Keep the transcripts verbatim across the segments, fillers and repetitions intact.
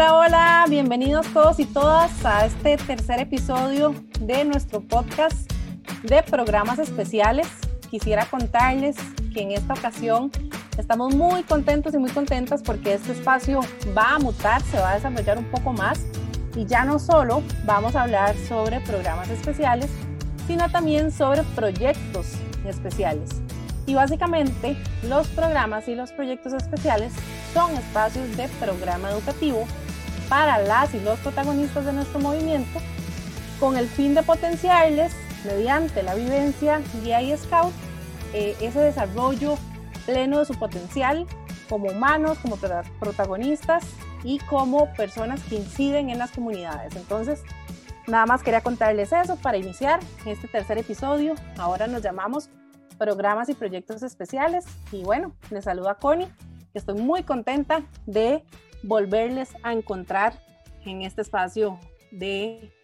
Hola, hola, bienvenidos todos y todas a este tercer episodio de nuestro podcast de programas especiales. Quisiera contarles que en esta ocasión estamos muy contentos y muy contentas porque este espacio va a mutar, se va a desarrollar un poco más y ya no solo vamos a hablar sobre programas especiales, sino también sobre proyectos especiales. Y básicamente los programas y los proyectos especiales son espacios de programa educativo para las y los protagonistas de nuestro movimiento con el fin de potenciarles mediante la vivencia guía y scout eh, ese desarrollo pleno de su potencial como humanos, como protagonistas y como personas que inciden en las comunidades. Entonces, nada más quería contarles eso para iniciar este tercer episodio. Ahora nos llamamos Programas y Proyectos Especiales y bueno, les saluda Connie. Estoy muy contenta de volverles a encontrar en este espacio de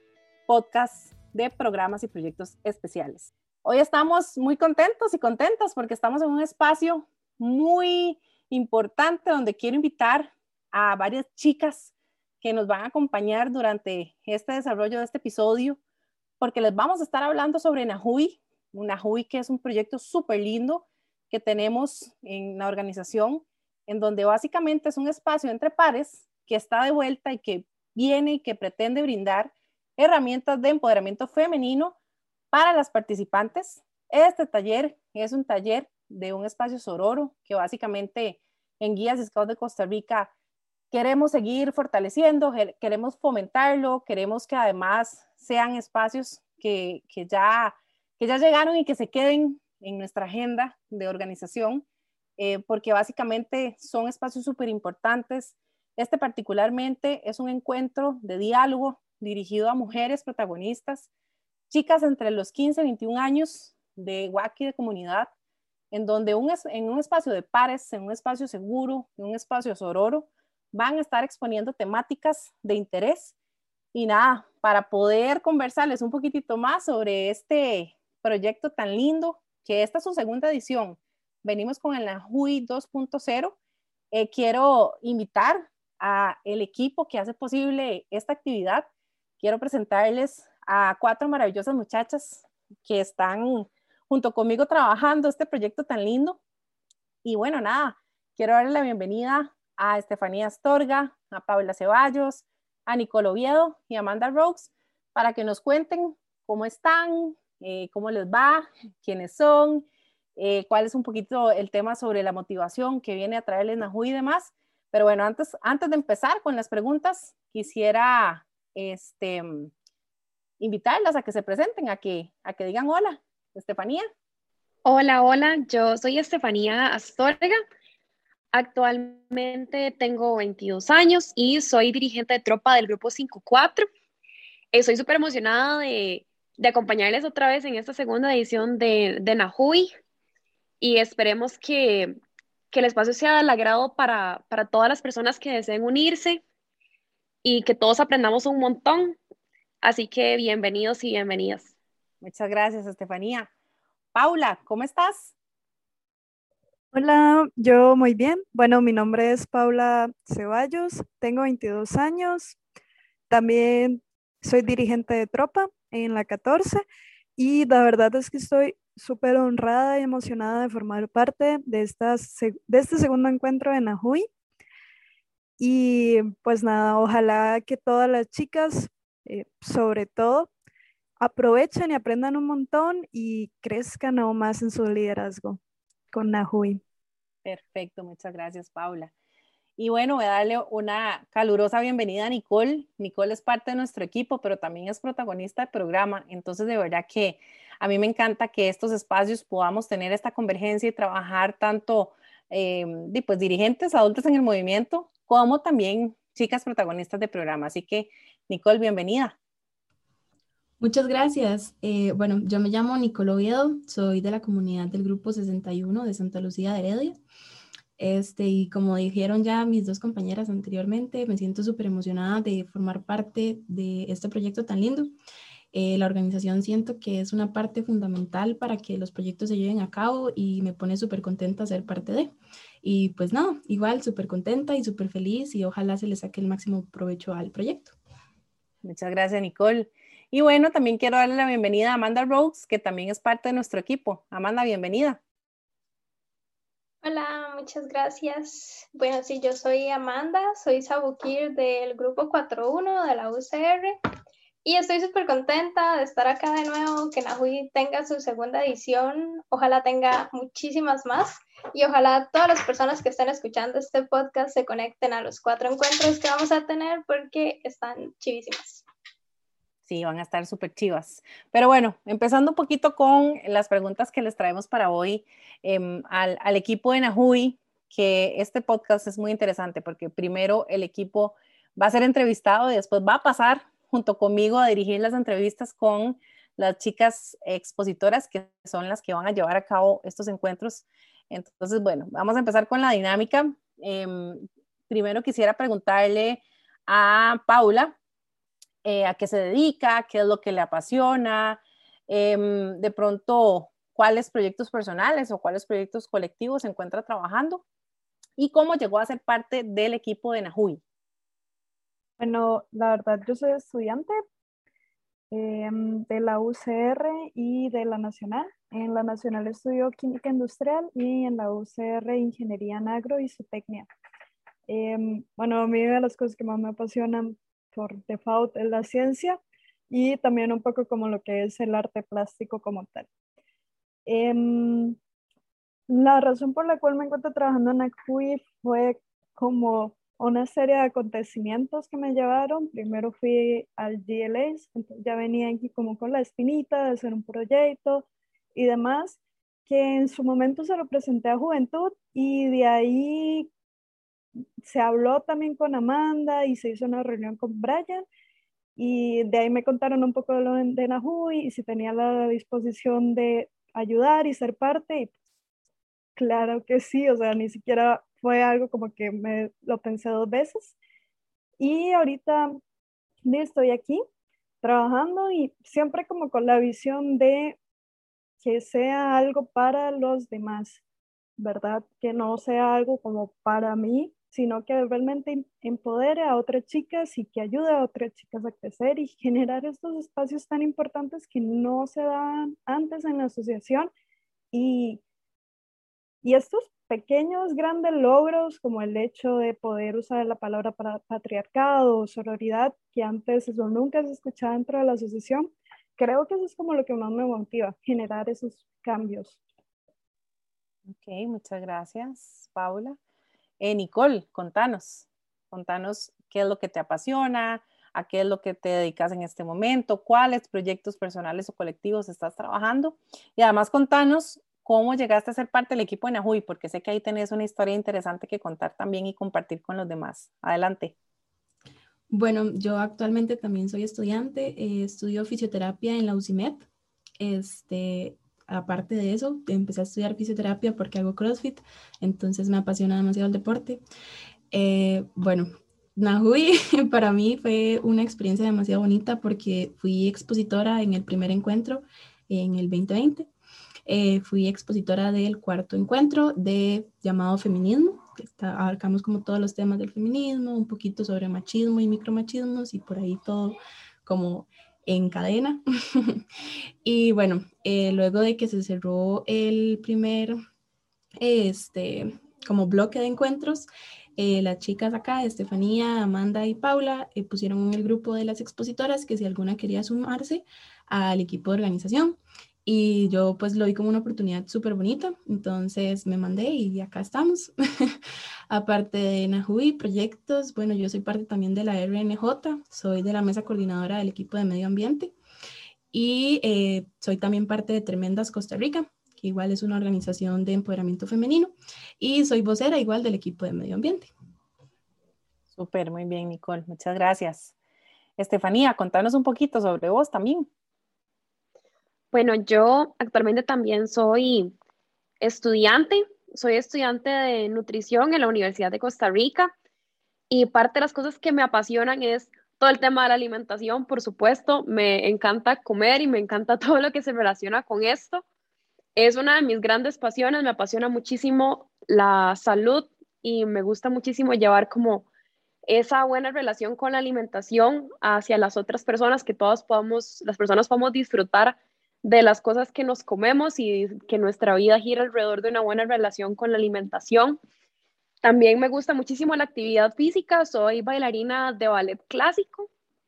podcast de programas y proyectos especiales. Hoy estamos muy contentos y contentas porque estamos en un espacio muy importante donde quiero invitar a varias chicas que nos van a acompañar durante este desarrollo de este episodio porque les vamos a estar hablando sobre Nahui, Nahui que es un proyecto súper lindo que tenemos en la organización, en donde básicamente es un espacio entre pares que está de vuelta y que viene y que pretende brindar herramientas de empoderamiento femenino para las participantes. Este taller es un taller de un espacio sororo que básicamente en Guías y Scouts de Costa Rica queremos seguir fortaleciendo, queremos fomentarlo, queremos que además sean espacios que, que, ya, que ya llegaron y que se queden en nuestra agenda de organización, eh, porque básicamente son espacios súper importantes. Este particularmente es un encuentro de diálogo dirigido a mujeres protagonistas, chicas entre los quince y veintiún años de Guaqui de comunidad, en donde un, en un espacio de pares, en un espacio seguro, en un espacio sororo, van a estar exponiendo temáticas de interés. Y nada, para poder conversarles un poquitito más sobre este proyecto tan lindo, que esta es su segunda edición, venimos con el Nahui dos punto cero, eh, quiero invitar a el equipo que hace posible esta actividad. Quiero presentarles a cuatro maravillosas muchachas que están junto conmigo trabajando este proyecto tan lindo. Y bueno, nada, quiero darle la bienvenida a Estefanía Astorga, a Paula Ceballos, a Nicole Oviedo y a Amanda Rokes para que nos cuenten cómo están, eh, cómo les va, quiénes son, eh, cuál es un poquito el tema sobre la motivación que viene a traerles Nahui y demás. Pero bueno, antes, antes de empezar con las preguntas, quisiera este, invitarlas a que se presenten, a que, a que digan hola. Estefanía. Hola, hola, yo soy Estefanía Astorga. Actualmente tengo veintidós años y soy dirigente de tropa del grupo cinco cuatro. Estoy súper emocionada de, de acompañarles otra vez en esta segunda edición de, de Nahui y esperemos que, que el espacio sea del agrado para, para todas las personas que deseen unirse y que todos aprendamos un montón. Así que bienvenidos y bienvenidas. Muchas gracias, Estefanía. Paula, ¿cómo estás? Hola, yo muy bien. Bueno, mi nombre es Paula Ceballos, tengo veintidós años, también soy dirigente de tropa en la catorce y la verdad es que estoy súper honrada y emocionada de formar parte de, esta, de este segundo encuentro de Nahui. Y pues nada, ojalá que todas las chicas, eh, sobre todo, aprovechen y aprendan un montón y crezcan aún más en su liderazgo con Nahui. Perfecto, muchas gracias, Paula. Y bueno, voy a darle una calurosa bienvenida a Nicole. Nicole es parte de nuestro equipo, pero también es protagonista del programa. Entonces, de verdad que a mí me encanta que estos espacios podamos tener esta convergencia y trabajar tanto eh, pues, dirigentes, adultos en el movimiento, como también chicas protagonistas del programa. Así que, Nicole, bienvenida. Muchas gracias. Eh, bueno, yo me llamo Nicole Oviedo, soy de la comunidad del Grupo sesenta y uno de Santa Lucía de Heredia. Este, y como dijeron ya mis dos compañeras anteriormente, me siento súper emocionada de formar parte de este proyecto tan lindo Eh, la organización siento que es una parte fundamental para que los proyectos se lleven a cabo y me pone súper contenta ser parte de. Y pues nada, igual súper contenta y súper feliz y ojalá se le saque el máximo provecho al proyecto. Muchas gracias, Nicole. Y bueno, también quiero darle la bienvenida a Amanda Rhodes, que también es parte de nuestro equipo. Amanda, bienvenida. Hola, muchas gracias. Bueno, sí, yo soy Amanda, soy Sabukir del grupo cuatro uno de la U C R y estoy súper contenta de estar acá de nuevo, que Nahui tenga su segunda edición, ojalá tenga muchísimas más y ojalá todas las personas que estén escuchando este podcast se conecten a los cuatro encuentros que vamos a tener porque están chivísimas. Sí, van a estar súper chivas. Pero bueno, empezando un poquito con las preguntas que les traemos para hoy eh, al, al equipo de Nahui, que este podcast es muy interesante porque primero el equipo va a ser entrevistado y después va a pasar junto conmigo a dirigir las entrevistas con las chicas expositoras que son las que van a llevar a cabo estos encuentros. Entonces, bueno, vamos a empezar con la dinámica. Eh, primero quisiera preguntarle a Paula, Eh, a qué se dedica, qué es lo que le apasiona, eh, de pronto cuáles proyectos personales o cuáles proyectos colectivos se encuentra trabajando y cómo llegó a ser parte del equipo de Nahui. Bueno, la verdad, yo soy estudiante eh, de la U C R y de la Nacional. En la Nacional estudio Química Industrial y en la U C R Ingeniería en Agro y Zootecnia. Eh, bueno, a mí de las cosas que más me apasionan por default es la ciencia y también un poco como lo que es el arte plástico como tal. Eh, la razón por la cual me encuentro trabajando en Nahui fue como una serie de acontecimientos que me llevaron. Primero fui al G L A, entonces ya venía aquí como con la espinita de hacer un proyecto y demás, que en su momento se lo presenté a Juventud y de ahí se habló también con Amanda y se hizo una reunión con Brian y de ahí me contaron un poco de lo de Nahui y si tenía la disposición de ayudar y ser parte y pues, claro que sí, o sea, ni siquiera fue algo como que me lo pensé dos veces y ahorita estoy aquí trabajando y siempre como con la visión de que sea algo para los demás, ¿verdad? Que no sea algo como para mí, sino que realmente empodere a otras chicas y que ayude a otras chicas a crecer y generar estos espacios tan importantes que no se dan antes en la asociación y, y estos pequeños, grandes logros como el hecho de poder usar la palabra para patriarcado o sororidad, que antes eso nunca se escuchaba dentro de la asociación, creo que eso es como lo que más me motiva, generar esos cambios. Ok, muchas gracias, Paula. Eh, Nicole, contanos, contanos qué es lo que te apasiona, a qué es lo que te dedicas en este momento, cuáles proyectos personales o colectivos estás trabajando y además contanos cómo llegaste a ser parte del equipo de Nahui, porque sé que ahí tenés una historia interesante que contar también y compartir con los demás. Adelante. Bueno, yo actualmente también soy estudiante, eh, estudio fisioterapia en la U C I M E D. Este, aparte de eso, empecé a estudiar fisioterapia porque hago CrossFit, entonces me apasiona demasiado el deporte. Eh, bueno, Nahui para mí fue una experiencia demasiado bonita porque fui expositora en el primer encuentro en el veinte veinte. Eh, fui expositora del cuarto encuentro de llamado feminismo. Está, abarcamos como todos los temas del feminismo, un poquito sobre machismo y micromachismos y por ahí todo como en cadena. Y bueno, eh, luego de que se cerró el primer este, como bloque de encuentros, eh, las chicas acá, Estefanía, Amanda y Paula, eh, pusieron en el grupo de las expositoras que si alguna quería sumarse al equipo de organización. Y yo pues lo vi como una oportunidad súper bonita, entonces me mandé y acá estamos. Aparte de Nahui, proyectos, bueno, yo soy parte también de la R N J, soy de la mesa coordinadora del equipo de medio ambiente y eh, soy también parte de Tremendas Costa Rica, que igual es una organización de empoderamiento femenino, y soy vocera igual del equipo de medio ambiente. Súper, muy bien, Nicole, muchas gracias. Estefanía, contanos un poquito sobre vos también. Bueno, yo actualmente también soy estudiante, soy estudiante de nutrición en la Universidad de Costa Rica y parte de las cosas que me apasionan es todo el tema de la alimentación, por supuesto. Me encanta comer y me encanta todo lo que se relaciona con esto. Es una de mis grandes pasiones, me apasiona muchísimo la salud y me gusta muchísimo llevar como esa buena relación con la alimentación hacia las otras personas, que todas podamos, las personas podamos disfrutar de las cosas que nos comemos y que nuestra vida gira alrededor de una buena relación con la alimentación. También me gusta muchísimo la actividad física, soy bailarina de ballet clásico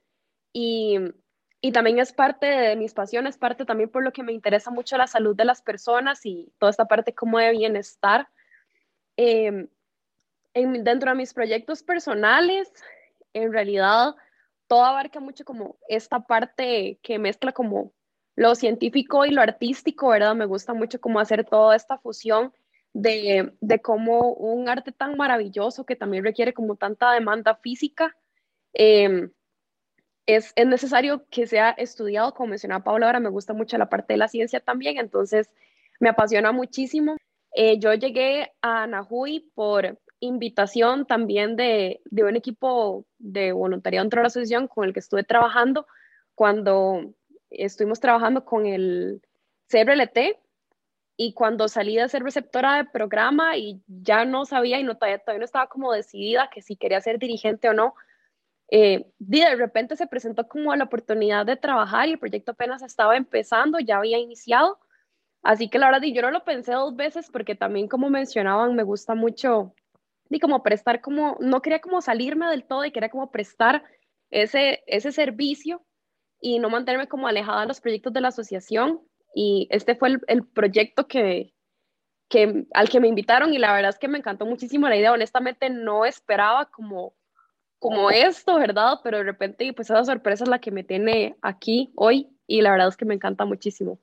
y, y también es parte de mis pasiones, parte también por lo que me interesa mucho la salud de las personas y toda esta parte como de bienestar. Eh, en, dentro de mis proyectos personales, en realidad todo abarca mucho como esta parte que mezcla como lo científico y lo artístico, ¿verdad? Me gusta mucho como hacer toda esta fusión de, de cómo un arte tan maravilloso que también requiere como tanta demanda física, eh, es, es necesario que sea estudiado, como mencionaba Paula, ahora me gusta mucho la parte de la ciencia también, entonces me apasiona muchísimo. Eh, yo llegué a Nahui por invitación también de, de un equipo de voluntariado dentro de la asociación con el que estuve trabajando cuando estuvimos trabajando con el C R L T, y cuando salí de ser receptora de programa y ya no sabía y no, todavía, todavía no estaba como decidida que si quería ser dirigente o no, eh, de repente se presentó como la oportunidad de trabajar y el proyecto apenas estaba empezando, ya había iniciado, así que la verdad yo no lo pensé dos veces porque también como mencionaban me gusta mucho y como prestar como, no quería como salirme del todo y quería como prestar ese, ese servicio y no mantenerme como alejada de los proyectos de la asociación. Y este fue el, el proyecto que, que, al que me invitaron y la verdad es que me encantó muchísimo la idea. Honestamente no esperaba como, como esto, ¿verdad? Pero de repente pues esa sorpresa es la que me tiene aquí hoy y la verdad es que me encanta muchísimo.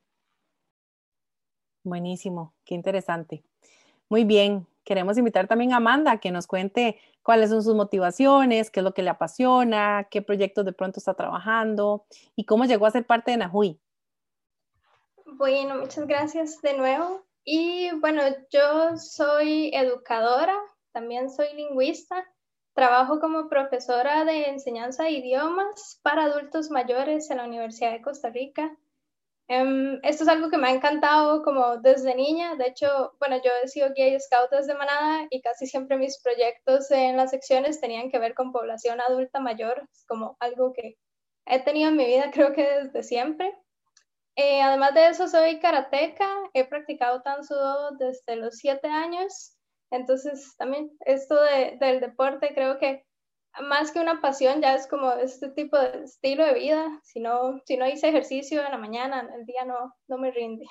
Buenísimo, qué interesante. Muy bien, queremos invitar también a Amanda a que nos cuente cuáles son sus motivaciones, qué es lo que le apasiona, qué proyectos de pronto está trabajando y cómo llegó a ser parte de Nahui. Bueno, muchas gracias de nuevo. Y bueno, yo soy educadora, también soy lingüista, trabajo como profesora de enseñanza de idiomas para adultos mayores en la Universidad de Costa Rica. Um, esto es algo que me ha encantado como desde niña. De hecho, bueno, yo he sido guía y scout desde manada y casi siempre mis proyectos en las secciones tenían que ver con población adulta mayor. Es como algo que he tenido en mi vida creo que desde siempre. Eh, además de eso, soy karateca, he practicado Tansudo desde los siete años, entonces también esto de, del deporte creo que más que una pasión ya es como este tipo de estilo de vida, si no, si no hice ejercicio en la mañana, el día no, no me rinde.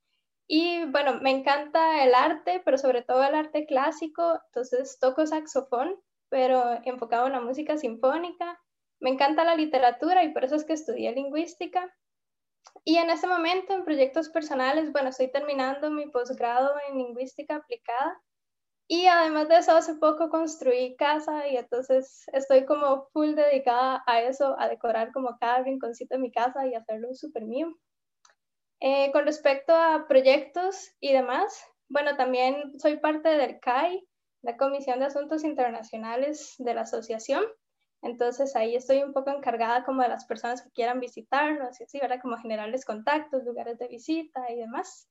Y bueno, me encanta el arte, pero sobre todo el arte clásico, entonces toco saxofón, pero enfocado en la música sinfónica. Me encanta la literatura y por eso es que estudié lingüística. Y en este momento, en proyectos personales, bueno, estoy terminando mi posgrado en lingüística aplicada. Y además de eso, hace poco construí casa y entonces estoy como full dedicada a eso, a decorar como cada rinconcito de mi casa y hacerlo súper mío. Eh, con respecto a proyectos y demás, bueno, también soy parte del C A I, la Comisión de Asuntos Internacionales de la Asociación. Entonces ahí estoy un poco encargada como de las personas que quieran visitarnos y así, ¿verdad? Como generarles contactos, lugares de visita y demás.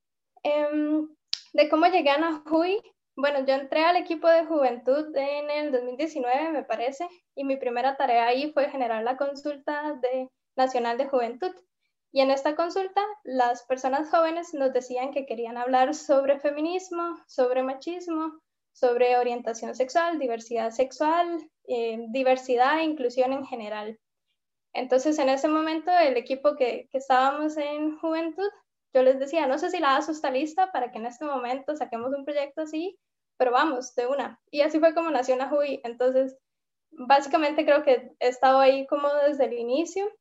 Eh, de cómo llegué a Nahui, bueno, yo entré al equipo de juventud en el dos mil diecinueve, me parece, y mi primera tarea ahí fue generar la consulta de, nacional de juventud. Y en esta consulta, las personas jóvenes nos decían que querían hablar sobre feminismo, sobre machismo, sobre orientación sexual, diversidad sexual, eh, diversidad e inclusión en general. Entonces, en ese momento, el equipo que, que estábamos en juventud, yo les decía, no sé si la A S O está lista para que en este momento saquemos un proyecto así, pero vamos, de una. Y así fue como nació Nahui. Entonces, básicamente creo que he estado ahí como desde el inicio.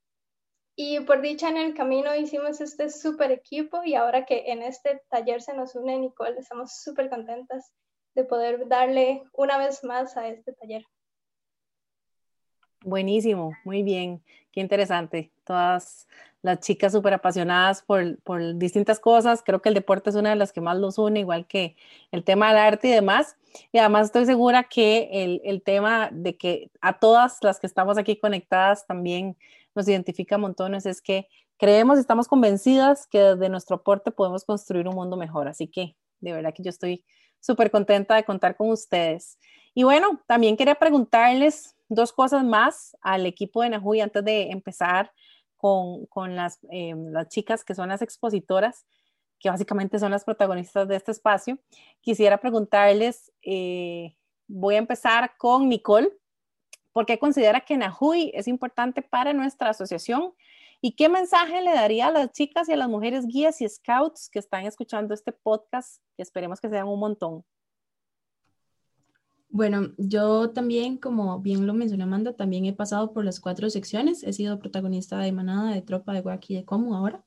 Y por dicha en el camino hicimos este súper equipo y ahora que en este taller se nos une Nicole, estamos súper contentas de poder darle una vez más a este taller. Buenísimo, muy bien, qué interesante. Todas las chicas súper apasionadas por, por distintas cosas. Creo que el deporte es una de las que más los une, igual que el tema del arte y demás. Y además estoy segura que el, el tema de que a todas las que estamos aquí conectadas también nos identifica montones es que creemos y estamos convencidas que desde nuestro aporte podemos construir un mundo mejor. Así que de verdad que yo estoy súper contenta de contar con ustedes. Y bueno, también quería preguntarles dos cosas más al equipo de Nahui antes de empezar con, con las, eh, las chicas que son las expositoras, que básicamente son las protagonistas de este espacio. Quisiera preguntarles, eh, voy a empezar con Nicole, ¿por qué considera que Nahui es importante para nuestra asociación? ¿Y qué mensaje le daría a las chicas y a las mujeres guías y scouts que están escuchando este podcast, que esperemos que sean un montón? Bueno, yo también, como bien lo mencionó Amanda, también he pasado por las cuatro secciones. He sido protagonista de manada, de tropa, de guaki, de como ahora.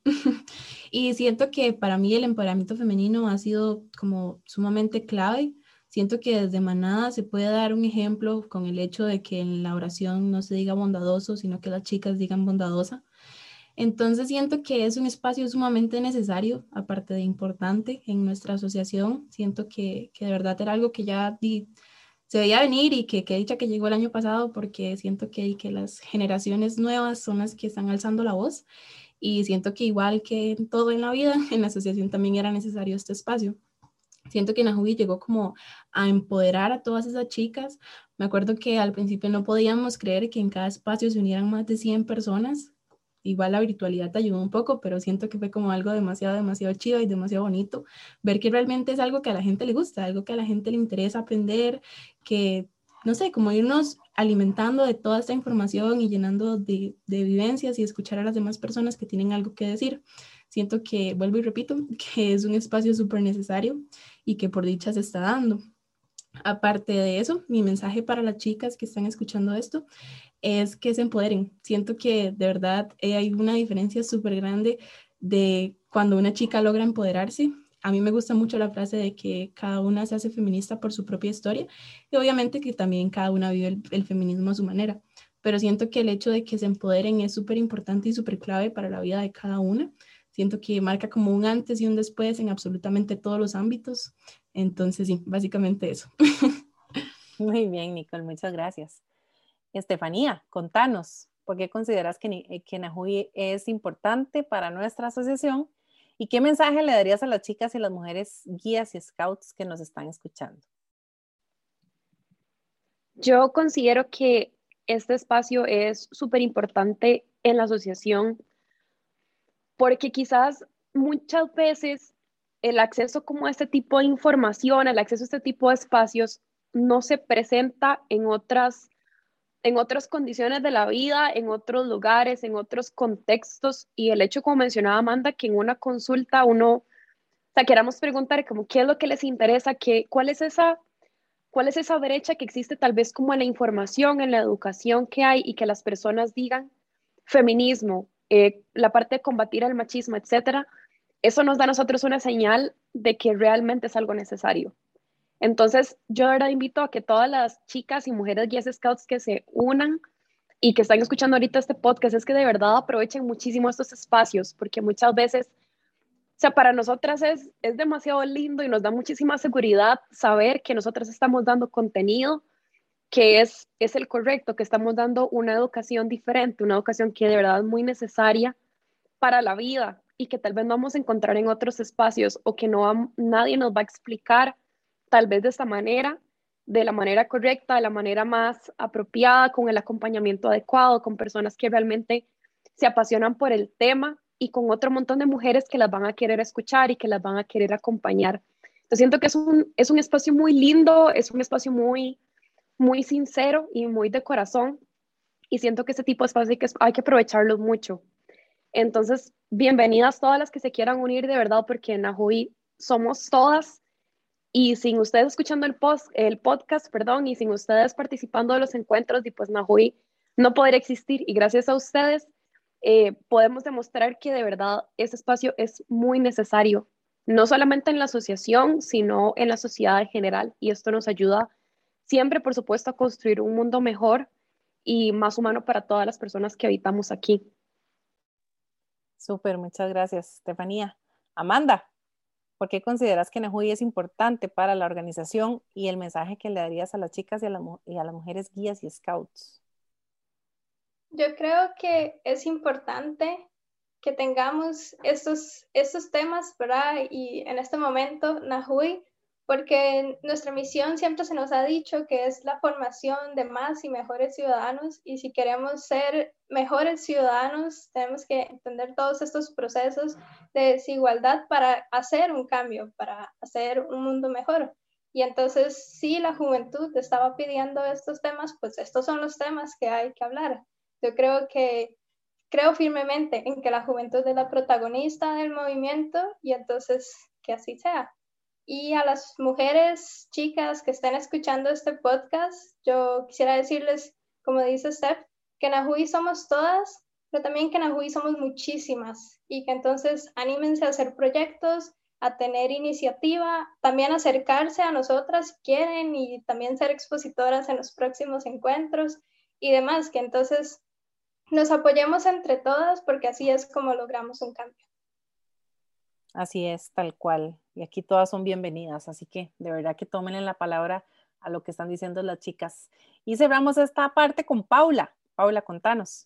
Y siento que para mí el empoderamiento femenino ha sido como sumamente clave. Siento que desde manada se puede dar un ejemplo con el hecho de que en la oración no se diga bondadoso, sino que las chicas digan bondadosa. Entonces siento que es un espacio sumamente necesario, aparte de importante en nuestra asociación. Siento que, que de verdad era algo que ya di, se veía venir y que, que dicha que llegó el año pasado, porque siento que, que las generaciones nuevas son las que están alzando la voz, y siento que igual que en todo en la vida, en la asociación también era necesario este espacio. Siento que Nahui llegó como a empoderar a todas esas chicas. Me acuerdo que al principio no podíamos creer que en cada espacio se unieran más de cien personas. Igual la virtualidad te ayudó un poco, pero siento que fue como algo demasiado, demasiado chido y demasiado bonito. Ver que realmente es algo que a la gente le gusta, algo que a la gente le interesa aprender, que, no sé, como irnos alimentando de toda esta información y llenando de, de vivencias y escuchar a las demás personas que tienen algo que decir. Siento que, vuelvo y repito, que es un espacio súper necesario y que por dicha se está dando. Aparte de eso, mi mensaje para las chicas que están escuchando esto es que se empoderen. Siento que de verdad eh, hay una diferencia súper grande de cuando una chica logra empoderarse. A mí me gusta mucho la frase de que cada una se hace feminista por su propia historia, y obviamente que también cada una vive el, el feminismo a su manera, pero siento que el hecho de que se empoderen es súper importante y súper clave para la vida de cada una. Siento que marca como un antes y un después en absolutamente todos los ámbitos. Entonces, sí, básicamente eso. Muy bien, Nicole, muchas gracias. Estefanía, contanos, ¿por qué consideras que, que Nahui es importante para nuestra asociación? ¿Y qué mensaje le darías a las chicas y las mujeres guías y scouts que nos están escuchando? Yo considero que este espacio es súper importante en la asociación porque quizás muchas veces el acceso como a este tipo de información, el acceso a este tipo de espacios no se presenta en otras, en otras condiciones de la vida, en otros lugares, en otros contextos, y el hecho, como mencionaba Amanda, que en una consulta uno, o sea, queramos preguntar como qué es lo que les interesa, qué, cuál es esa, cuál es esa brecha que existe tal vez como en la información, en la educación que hay, y que las personas digan feminismo, eh, la parte de combatir el machismo, etcétera. Eso nos da a nosotros una señal de que realmente es algo necesario. Entonces, yo de verdad invito a que todas las chicas y mujeres guías scouts que se unan y que están escuchando ahorita este podcast, es que de verdad aprovechen muchísimo estos espacios, porque muchas veces, o sea, para nosotras es, es demasiado lindo y nos da muchísima seguridad saber que nosotras estamos dando contenido que es, es el correcto, que estamos dando una educación diferente, una educación que de verdad es muy necesaria para la vida y que tal vez no vamos a encontrar en otros espacios, o que no nadie nos va a explicar tal vez de esta manera, de la manera correcta, de la manera más apropiada, con el acompañamiento adecuado, con personas que realmente se apasionan por el tema y con otro montón de mujeres que las van a querer escuchar y que las van a querer acompañar. Entonces siento que es un, es un espacio muy lindo, es un espacio muy, muy sincero y muy de corazón, y siento que ese tipo de espacios hay que, hay que aprovecharlos mucho. Entonces, bienvenidas todas las que se quieran unir de verdad, porque en Nahui somos todas, y sin ustedes escuchando el, post, el podcast, perdón, y sin ustedes participando de los encuentros, y pues Nahui no podría existir, y gracias a ustedes eh, podemos demostrar que de verdad ese espacio es muy necesario, no solamente en la asociación, sino en la sociedad en general, y esto nos ayuda siempre, por supuesto, a construir un mundo mejor y más humano para todas las personas que habitamos aquí. Súper, muchas gracias, Estefanía. Amanda, ¿por qué consideras que Nahui es importante para la organización y el mensaje que le darías a las chicas y a, la, y a las mujeres guías y scouts? Yo creo que es importante que tengamos estos, estos temas, ¿verdad? Y en este momento, Nahui, porque nuestra misión siempre se nos ha dicho que es la formación de más y mejores ciudadanos, y si queremos ser mejores ciudadanos, tenemos que entender todos estos procesos de desigualdad para hacer un cambio, para hacer un mundo mejor. Y entonces, si la juventud estaba pidiendo estos temas, pues estos son los temas que hay que hablar. Yo creo que creo firmemente en que la juventud es la protagonista del movimiento, y entonces que así sea. Y a las mujeres, chicas que estén escuchando este podcast, yo quisiera decirles, como dice Steph, que en Nahui somos todas, pero también que en Nahui somos muchísimas, y que entonces anímense a hacer proyectos, a tener iniciativa, también acercarse a nosotras si quieren, y también ser expositoras en los próximos encuentros y demás, que entonces nos apoyemos entre todas, porque así es como logramos un cambio. Así es, tal cual. Y aquí todas son bienvenidas, así que de verdad que tómenle la palabra a lo que están diciendo las chicas. Y cerramos esta parte con Paula. Paula, contanos.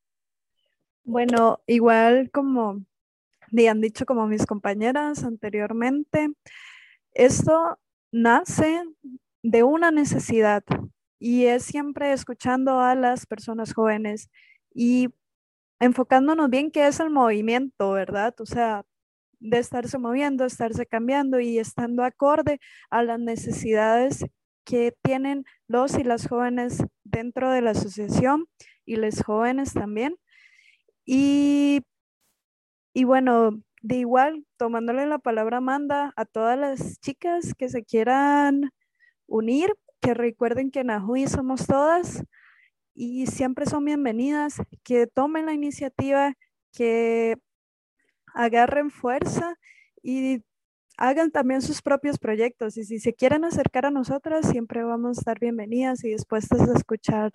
Bueno, igual como han dicho como mis compañeras anteriormente, esto nace de una necesidad y es siempre escuchando a las personas jóvenes y enfocándonos bien qué es el movimiento, ¿verdad? O sea, de estarse moviendo, estarse cambiando y estando acorde a las necesidades que tienen los y las jóvenes dentro de la asociación y los jóvenes también. Y, y bueno, de igual, tomándole la palabra Amanda a todas las chicas que se quieran unir, que recuerden que en Nahui somos todas y siempre son bienvenidas, que tomen la iniciativa, que agarren fuerza y hagan también sus propios proyectos. Y si se quieren acercar a nosotras, siempre vamos a estar bienvenidas y dispuestas a escuchar.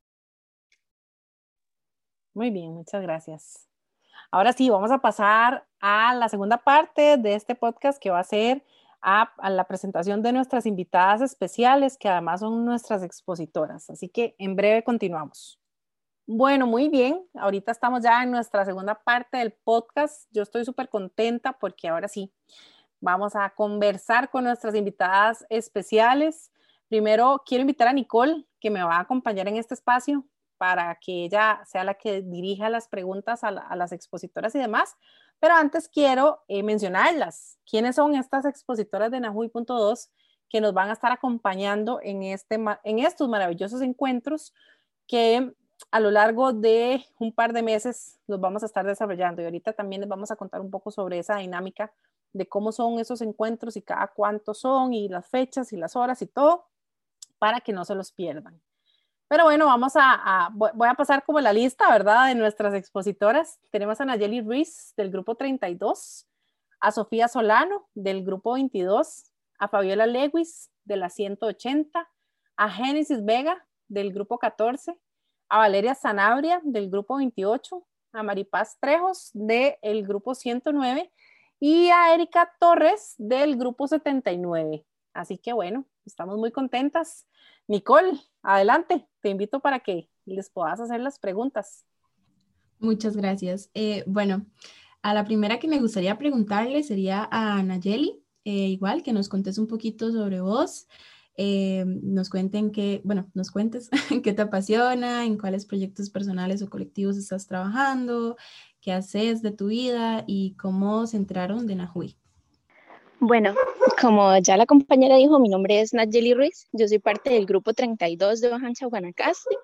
Muy bien, muchas gracias. Ahora sí, vamos a pasar a la segunda parte de este podcast, que va a ser a, a la presentación de nuestras invitadas especiales, que además son nuestras expositoras. Así que en breve continuamos. Bueno, muy bien. Ahorita estamos ya en nuestra segunda parte del podcast. Yo estoy súper contenta porque ahora sí vamos a conversar con nuestras invitadas especiales. Primero quiero invitar a Nicole, que me va a acompañar en este espacio, para que ella sea la que dirija las preguntas a, la, a las expositoras y demás. Pero antes quiero eh, mencionarlas. ¿Quiénes son estas expositoras de Nahui punto dos que nos van a estar acompañando en, este, en estos maravillosos encuentros que a lo largo de un par de meses los vamos a estar desarrollando? Y ahorita también les vamos a contar un poco sobre esa dinámica de cómo son esos encuentros y cada cuánto son y las fechas y las horas y todo, para que no se los pierdan. Pero bueno, vamos a, a voy a pasar como la lista, ¿verdad?, de nuestras expositoras. Tenemos a Nayeli Ruiz del grupo treinta y dos, a Sofía Solano del grupo veintidós, a Fabiola Lewis de la ciento ochenta, a Génesis Vega del grupo catorce, a Valeria Sanabria del grupo veintiocho, a Maripaz Trejos del grupo ciento nueve y a Erika Torres del grupo setenta y nueve. Así que bueno, estamos muy contentas. Nicole, adelante, te invito para que les puedas hacer las preguntas. Muchas gracias. Eh, bueno, a la primera que me gustaría preguntarle sería a Nayeli, eh, igual que nos contes un poquito sobre vos, eh, nos cuenten que, bueno, nos cuentes qué te apasiona, en cuáles proyectos personales o colectivos estás trabajando, qué haces de tu vida y cómo se enteraron de Nahui. Bueno, como ya la compañera dijo, mi nombre es Nayeli Ruiz, yo soy parte del grupo treinta y dos de Ojancha, Guanacaste,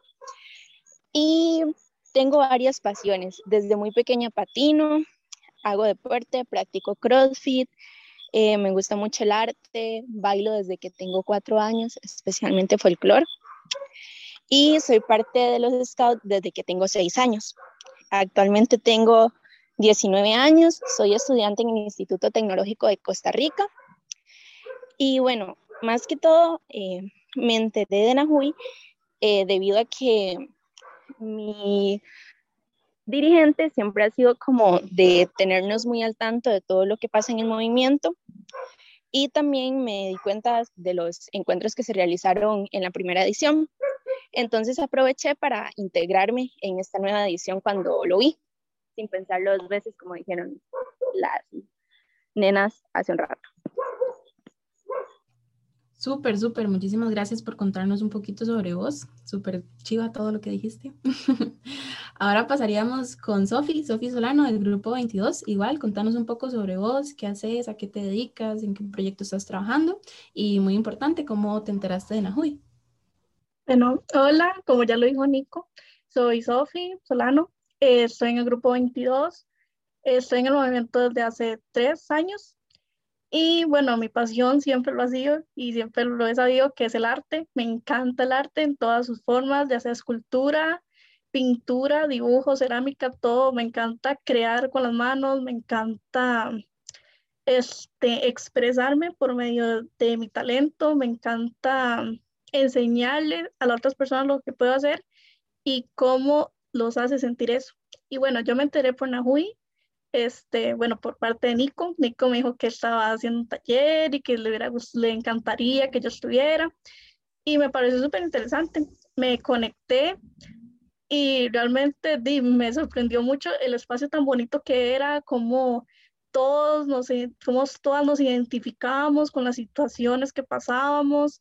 y tengo varias pasiones. Desde muy pequeña patino, hago deporte, practico CrossFit, eh, me gusta mucho el arte, bailo desde que tengo cuatro años, especialmente folclore, y soy parte de los Scouts desde que tengo seis años. Actualmente tengo diecinueve años, soy estudiante en el Instituto Tecnológico de Costa Rica y bueno, más que todo eh, me enteré de Nahui eh, debido a que Mi dirigente siempre ha sido como de tenernos muy al tanto de todo lo que pasa en el movimiento, y también me di cuenta de los encuentros que se realizaron en la primera edición. Entonces aproveché para integrarme en esta nueva edición cuando lo vi, sin pensarlo dos veces, como dijeron las nenas hace un rato. Súper, súper, muchísimas gracias por contarnos un poquito sobre vos. Súper chiva todo lo que dijiste. Ahora pasaríamos con Sofi, Sofi Solano del grupo veintidós. Igual, contanos un poco sobre vos, qué haces, a qué te dedicas, en qué proyecto estás trabajando y, muy importante, cómo te enteraste de Nahui. Bueno, hola, como ya lo dijo Nico, soy Sofi Solano, eh, estoy en el grupo veintidós, eh, estoy en el movimiento desde hace tres años. Y bueno, mi pasión siempre lo ha sido y siempre lo he sabido que es el arte. Me encanta el arte en todas sus formas, ya sea escultura, pintura, dibujo, cerámica, todo. Me encanta crear con las manos, me encanta este, expresarme por medio de mi talento, me encanta enseñarle a las otras personas lo que puedo hacer y cómo los hace sentir eso. Y bueno, yo me enteré por Nahui. Este, bueno, por parte de Nico. Nico me dijo que estaba haciendo un taller y que le, hubiera, le encantaría que yo estuviera. Y me pareció súper interesante. Me conecté y realmente di, me sorprendió mucho el espacio tan bonito que era, como todos nos, como todas nos identificábamos con las situaciones que pasábamos,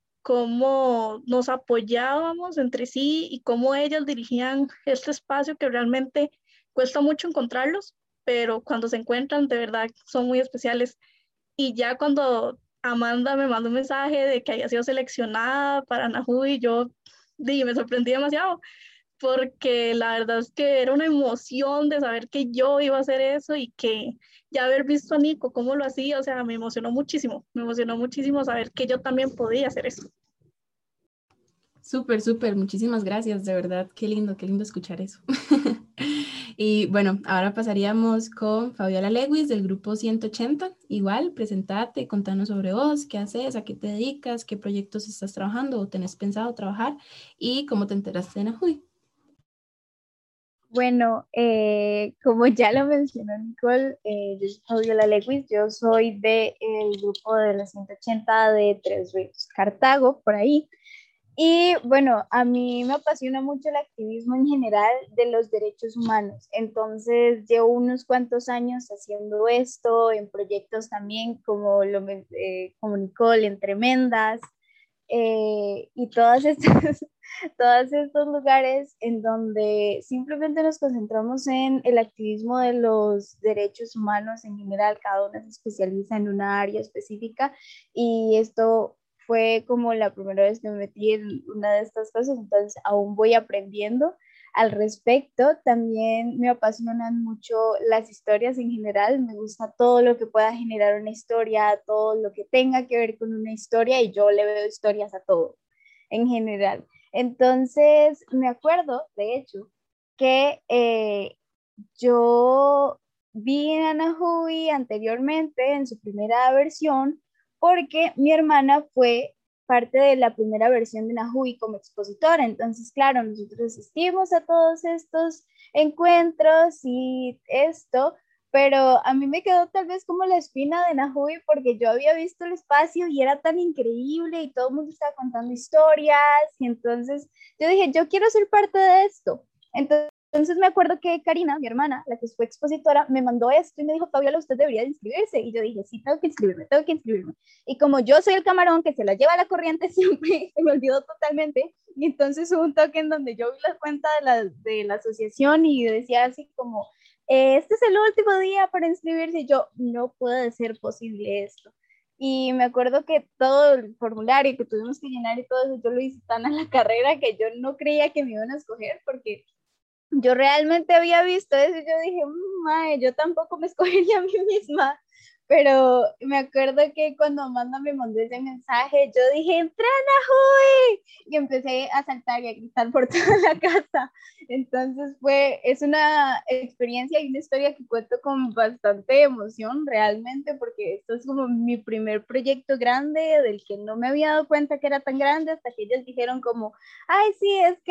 cómo nos apoyábamos entre sí y cómo ellas dirigían este espacio que realmente cuesta mucho encontrarlos, pero cuando se encuentran de verdad son muy especiales. Y ya cuando Amanda me mandó un mensaje de que había sido seleccionada para Nahui, yo di, me sorprendí demasiado, porque la verdad es que era una emoción de saber que yo iba a hacer eso y que ya haber visto a Nico cómo lo hacía, o sea, me emocionó muchísimo, me emocionó muchísimo saber que yo también podía hacer eso. Súper, súper, muchísimas gracias, de verdad, qué lindo, qué lindo escuchar eso. Y bueno, ahora pasaríamos con Fabiola Lewis del grupo ciento ochenta. Igual, presentate, contanos sobre vos, qué haces, a qué te dedicas, qué proyectos estás trabajando o tenés pensado trabajar y cómo te enteraste de Nahui. Bueno, eh, como ya lo mencionó Nicole, eh, yo soy Fabiola Lewis, yo soy del grupo de los ciento ochenta de Tres Ríos, Cartago, por ahí. Y bueno, a mí me apasiona mucho el activismo en general de los derechos humanos. Entonces, llevo unos cuantos años haciendo esto en proyectos también como, lo, eh, como Nicole, en Tremendas, eh, y todas estas, todos estos lugares en donde simplemente nos concentramos en el activismo de los derechos humanos en general. Cada uno se especializa en una área específica y esto fue como la primera vez que me metí en una de estas cosas, entonces aún voy aprendiendo al respecto. También me apasionan mucho las historias en general, me gusta todo lo que pueda generar una historia, todo lo que tenga que ver con una historia, y yo le veo historias a todo en general. Entonces me acuerdo, de hecho, que eh, yo vi a Nahui anteriormente en su primera versión, porque mi hermana fue parte de la primera versión de Nahui como expositora. Entonces, claro, nosotros asistimos a todos estos encuentros y esto, pero a mí me quedó tal vez como la espina de Nahui, porque yo había visto el espacio y era tan increíble y todo el mundo estaba contando historias, y entonces yo dije, yo quiero ser parte de esto. Entonces, Entonces me acuerdo que Karina, mi hermana, la que fue expositora, me mandó esto y me dijo, Fabiola, usted debería de inscribirse. Y yo dije, sí, tengo que inscribirme, tengo que inscribirme. Y como yo soy el camarón que se la lleva a la corriente siempre, se me olvidó totalmente. Y entonces hubo un toque en donde yo vi la cuenta de la, de la asociación y decía así como, eh, este es el último día para inscribirse. Y yo, no puede ser posible esto. Y me acuerdo que todo el formulario que tuvimos que llenar y todo eso, yo lo hice tan a la carrera que yo no creía que me iban a escoger, porque yo realmente había visto eso y yo dije, mae, yo tampoco me escogería a mí misma. Pero me acuerdo que cuando Amanda me mandó ese mensaje, yo dije, ¡entra Nahui! Y empecé a saltar y a gritar por toda la casa. Entonces fue, es una experiencia y una historia que cuento con bastante emoción realmente, porque esto es como mi primer proyecto grande, del que no me había dado cuenta que era tan grande, hasta que ellos dijeron como, ay, sí, es que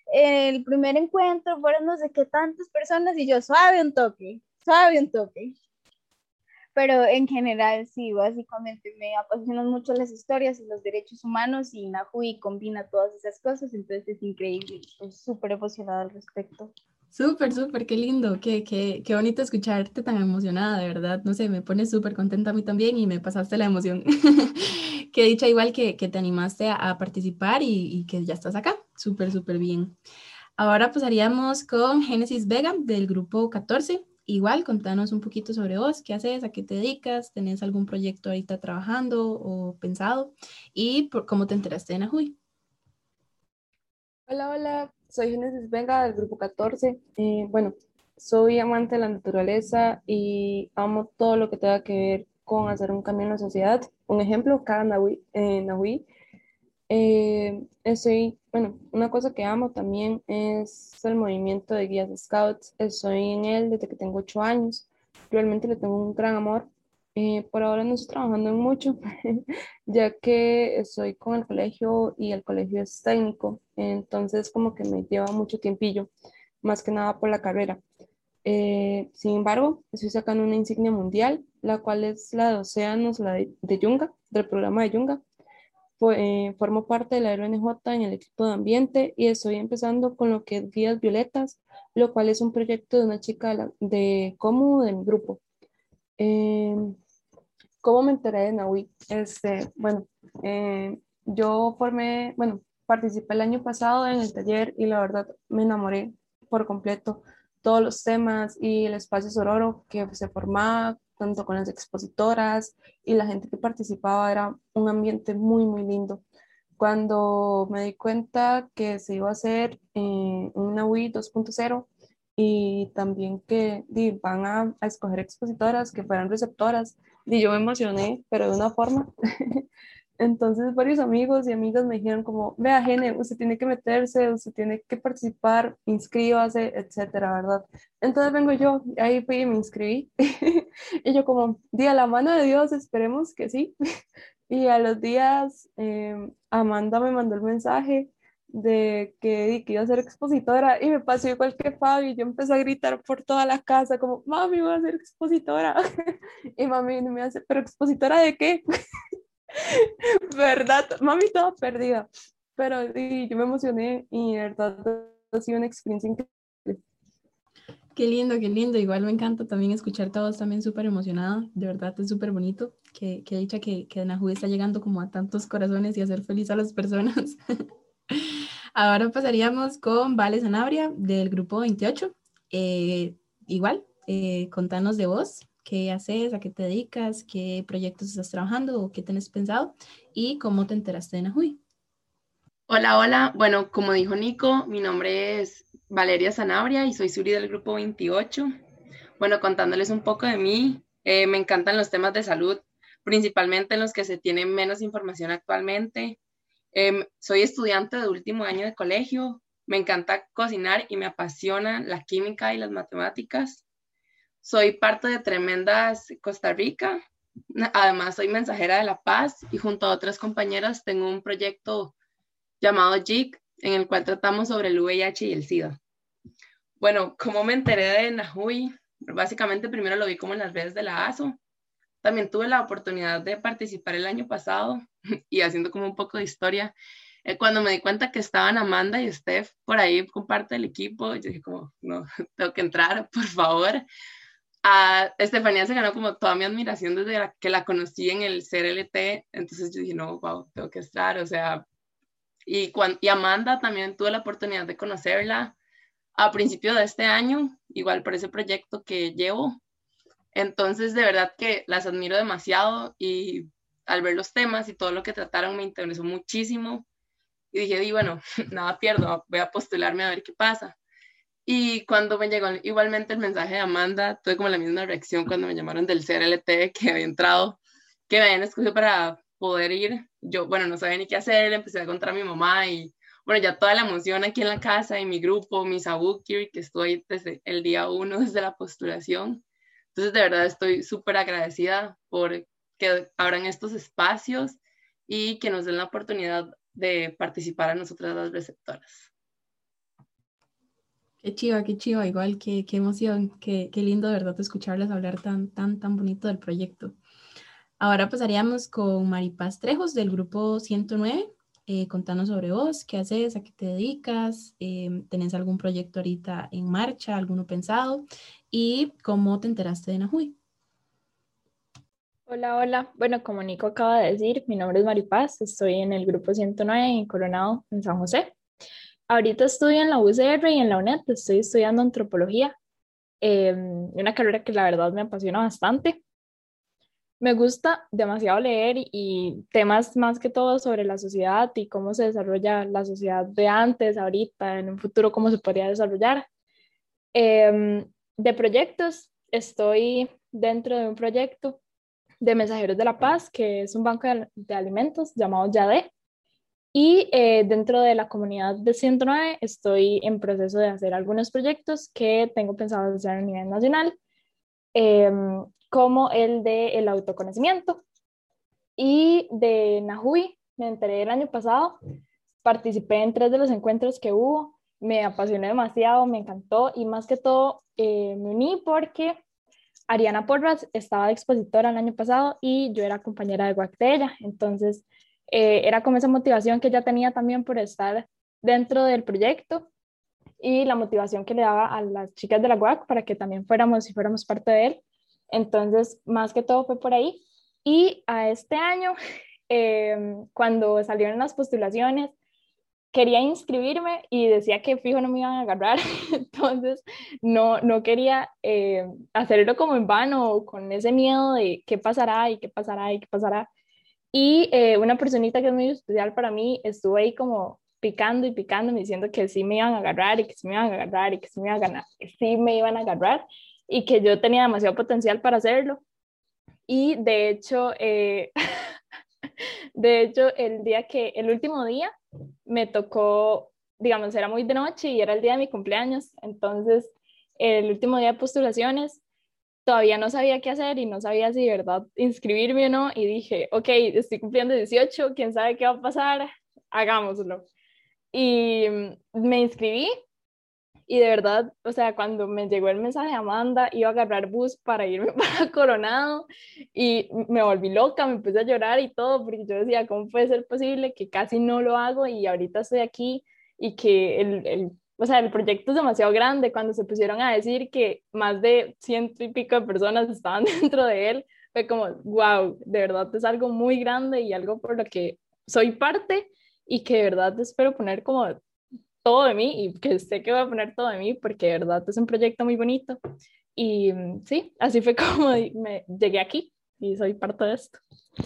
el primer encuentro fueron no sé qué tantas personas y yo suave un toque, suave un toque. Pero en general sí, básicamente me apasionan mucho las historias y los derechos humanos y Nahui combina todas esas cosas, entonces es increíble, estoy súper emocionada al respecto. Súper, súper, qué lindo, qué, qué, qué bonito escucharte tan emocionada, de verdad, no sé, me pone súper contenta a mí también y me pasaste la emoción. Qué dicha igual que, que te animaste a, a participar y, y que ya estás acá, súper, súper bien. Ahora pasaríamos con Génesis Vega del grupo catorce. Igual, contanos un poquito sobre vos, qué haces, a qué te dedicas, tenés algún proyecto ahorita trabajando o pensado y por, cómo te enteraste de Nahui. Hola, hola, soy Génesis Vega del grupo catorce. Eh, bueno, soy amante de la naturaleza y amo todo lo que tenga que ver con hacer un cambio en la sociedad. Un ejemplo, cada Nahui, eh, Nahui. Eh, estoy, bueno, una cosa que amo también es el movimiento de guías scouts. Estoy en él desde que tengo ocho años. Realmente le tengo un gran amor. Eh, por ahora no estoy trabajando en mucho, ya que estoy con el colegio y el colegio es técnico, entonces como que me lleva mucho tiempillo, más que nada por la carrera. Eh, sin embargo, estoy sacando una insignia mundial, la cual es la de océanos, la de, de Yunga, del programa de Yunga. Fue- eh, formo parte de la R N J en el equipo de ambiente y estoy empezando con lo que es Guías Violetas, lo cual es un proyecto de una chica de, la- de Como de mi grupo. Em, ¿Cómo me enteré de Nahui? Este, bueno, eh, yo formé, bueno, participé el año pasado en el taller y la verdad me enamoré por completo. Todos los temas y el espacio sororo que se formaba, tanto con las expositoras y la gente que participaba, era un ambiente muy, muy lindo. Cuando me di cuenta que se iba a hacer eh, un Nahui dos punto cero y también que di, van a, a escoger expositoras que fueran receptoras, y yo me emocioné, pero de una forma. Entonces varios amigos y amigas me dijeron como, vea, Gene, usted tiene que meterse, usted tiene que participar, inscríbase, etcétera, ¿verdad? Entonces vengo yo, ahí fui y me inscribí. Y yo como, di a la mano de Dios, esperemos que sí. Y a los días, eh, Amanda me mandó el mensaje de que, que iba a ser expositora y me pasó igual que Fabi, yo empecé a gritar por toda la casa como, mami, voy a ser expositora. Y mami me hace, ¿pero expositora de qué? ¿Verdad? Mami toda perdida. Pero sí, yo me emocioné y de verdad ha sido una experiencia increíble. Qué lindo, qué lindo. Igual me encanta también escucharte a vos también súper emocionada. De verdad es súper bonito. Qué, qué dicha que, que Nahui está llegando como a tantos corazones y a hacer feliz a las personas. Ahora pasaríamos con Vale Sanabria del grupo veintiocho. Eh, igual, eh, contanos de vos, qué haces, a qué te dedicas, qué proyectos estás trabajando o qué tenés pensado y cómo te enteraste de Nahui. Hola, hola. Bueno, como dijo Nico, mi nombre es Valeria Sanabria y soy Suri del grupo veintiocho. Bueno, contándoles un poco de mí, eh, me encantan los temas de salud, principalmente en los que se tiene menos información actualmente. Eh, soy estudiante de último año de colegio, me encanta cocinar y me apasiona la química y las matemáticas. Soy parte de Tremendas Costa Rica, además soy mensajera de la paz y junto a otras compañeras tengo un proyecto llamado J I C, en el cual tratamos sobre el V I H y el SIDA. Bueno, ¿cómo me enteré de Nahui? Básicamente primero lo vi como en las redes de la A S O. También tuve la oportunidad de participar el año pasado y haciendo como un poco de historia. Eh, cuando me di cuenta que estaban Amanda y Steph por ahí con parte del equipo, yo dije como, no, tengo que entrar, por favor. A Estefanía se ganó como toda mi admiración desde la, que la conocí en el C R L T, entonces yo dije, no, wow, tengo que estar, o sea, y, cuando, y Amanda también tuve la oportunidad de conocerla a principio de este año, igual por ese proyecto que llevo. Entonces, de verdad que las admiro demasiado y al ver los temas y todo lo que trataron me interesó muchísimo. Y dije, y bueno, nada pierdo, voy a postularme a ver qué pasa. Y cuando me llegó igualmente el mensaje de Amanda, tuve como la misma reacción cuando me llamaron del C R L T que había entrado, que me habían escogido para poder ir. Yo, bueno, no sabía ni qué hacer, empecé a contar a mi mamá y, bueno, ya toda la emoción aquí en la casa y mi grupo, mi Sabukir, que estoy desde el día uno, desde la postulación. Entonces, de verdad, estoy súper agradecida por que abran estos espacios y que nos den la oportunidad de participar a nosotras las receptoras. Qué chiva, qué chiva, igual, qué, qué emoción, qué, qué lindo de verdad escucharles hablar tan, tan, tan bonito del proyecto. Ahora pasaríamos con Maripaz Trejos del grupo ciento nueve. Eh, contanos sobre vos, qué haces, a qué te dedicas, eh, tenés algún proyecto ahorita en marcha, alguno pensado y cómo te enteraste de Nahui. Hola, hola. Bueno, como Nico acaba de decir, mi nombre es Maripaz, estoy en el grupo ciento nueve en Coronado, en San José. Ahorita estudio en la U C R y en la UNED, estoy estudiando antropología, eh, una carrera que la verdad me apasiona bastante. Me gusta demasiado leer y temas más que todo sobre la sociedad y cómo se desarrolla la sociedad de antes, ahorita, en un futuro, cómo se podría desarrollar. Eh, de proyectos, estoy dentro de un proyecto de Mensajeros de la Paz, que es un banco de, de alimentos llamado YADE. Y eh, dentro de la comunidad de ciento nueve estoy en proceso de hacer algunos proyectos que tengo pensado hacer a nivel nacional, eh, como el de el autoconocimiento. Y de Nahui me enteré el año pasado, participé en tres de los encuentros que hubo, me apasionó demasiado, me encantó y más que todo eh, me uní porque Ariana Porras estaba de expositora el año pasado y yo era compañera de W A C de ella, entonces eh, era como esa motivación que ella tenía también por estar dentro del proyecto y la motivación que le daba a las chicas de la U A C para que también fuéramos y fuéramos parte de él. Entonces, más que todo fue por ahí. Y a este año, eh, cuando salieron las postulaciones, quería inscribirme y decía que fijo no me iban a agarrar, entonces no, no quería eh, hacerlo como en vano o con ese miedo de qué pasará y qué pasará y qué pasará. Y eh, una personita que es muy especial para mí estuvo ahí como picando y picando, diciendo que sí me iban a agarrar y que sí me iban a agarrar y que sí me iban a ganar, que sí me iban a agarrar y que yo tenía demasiado potencial para hacerlo. Y de hecho, eh, de hecho, el día que, el último día me tocó, digamos, era muy de noche y era el día de mi cumpleaños, entonces el último día de postulaciones todavía no sabía qué hacer y no sabía si de verdad inscribirme o no y dije, ok, estoy cumpliendo dieciocho, quién sabe qué va a pasar, hagámoslo. Y me inscribí y de verdad, o sea, cuando me llegó el mensaje de Amanda, iba a agarrar bus para irme para Coronado y me volví loca, me puse a llorar y todo, porque yo decía, ¿cómo puede ser posible que casi no lo hago y ahorita estoy aquí y que el, el, o sea, el proyecto es demasiado grande? Cuando se pusieron a decir que más de ciento y pico de personas estaban dentro de él, fue como, wow, de verdad es algo muy grande y algo por lo que soy parte y que de verdad espero poner como todo de mí y que sé que voy a poner todo de mí porque de verdad es un proyecto muy bonito. Y sí, así fue como me llegué aquí y soy parte de esto.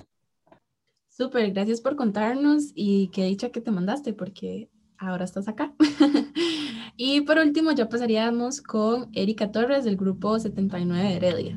Súper, gracias por contarnos y qué dicha que te mandaste porque ahora estás acá. Y por último ya pasaríamos con Erika Torres del grupo setenta y nueve de Heredia.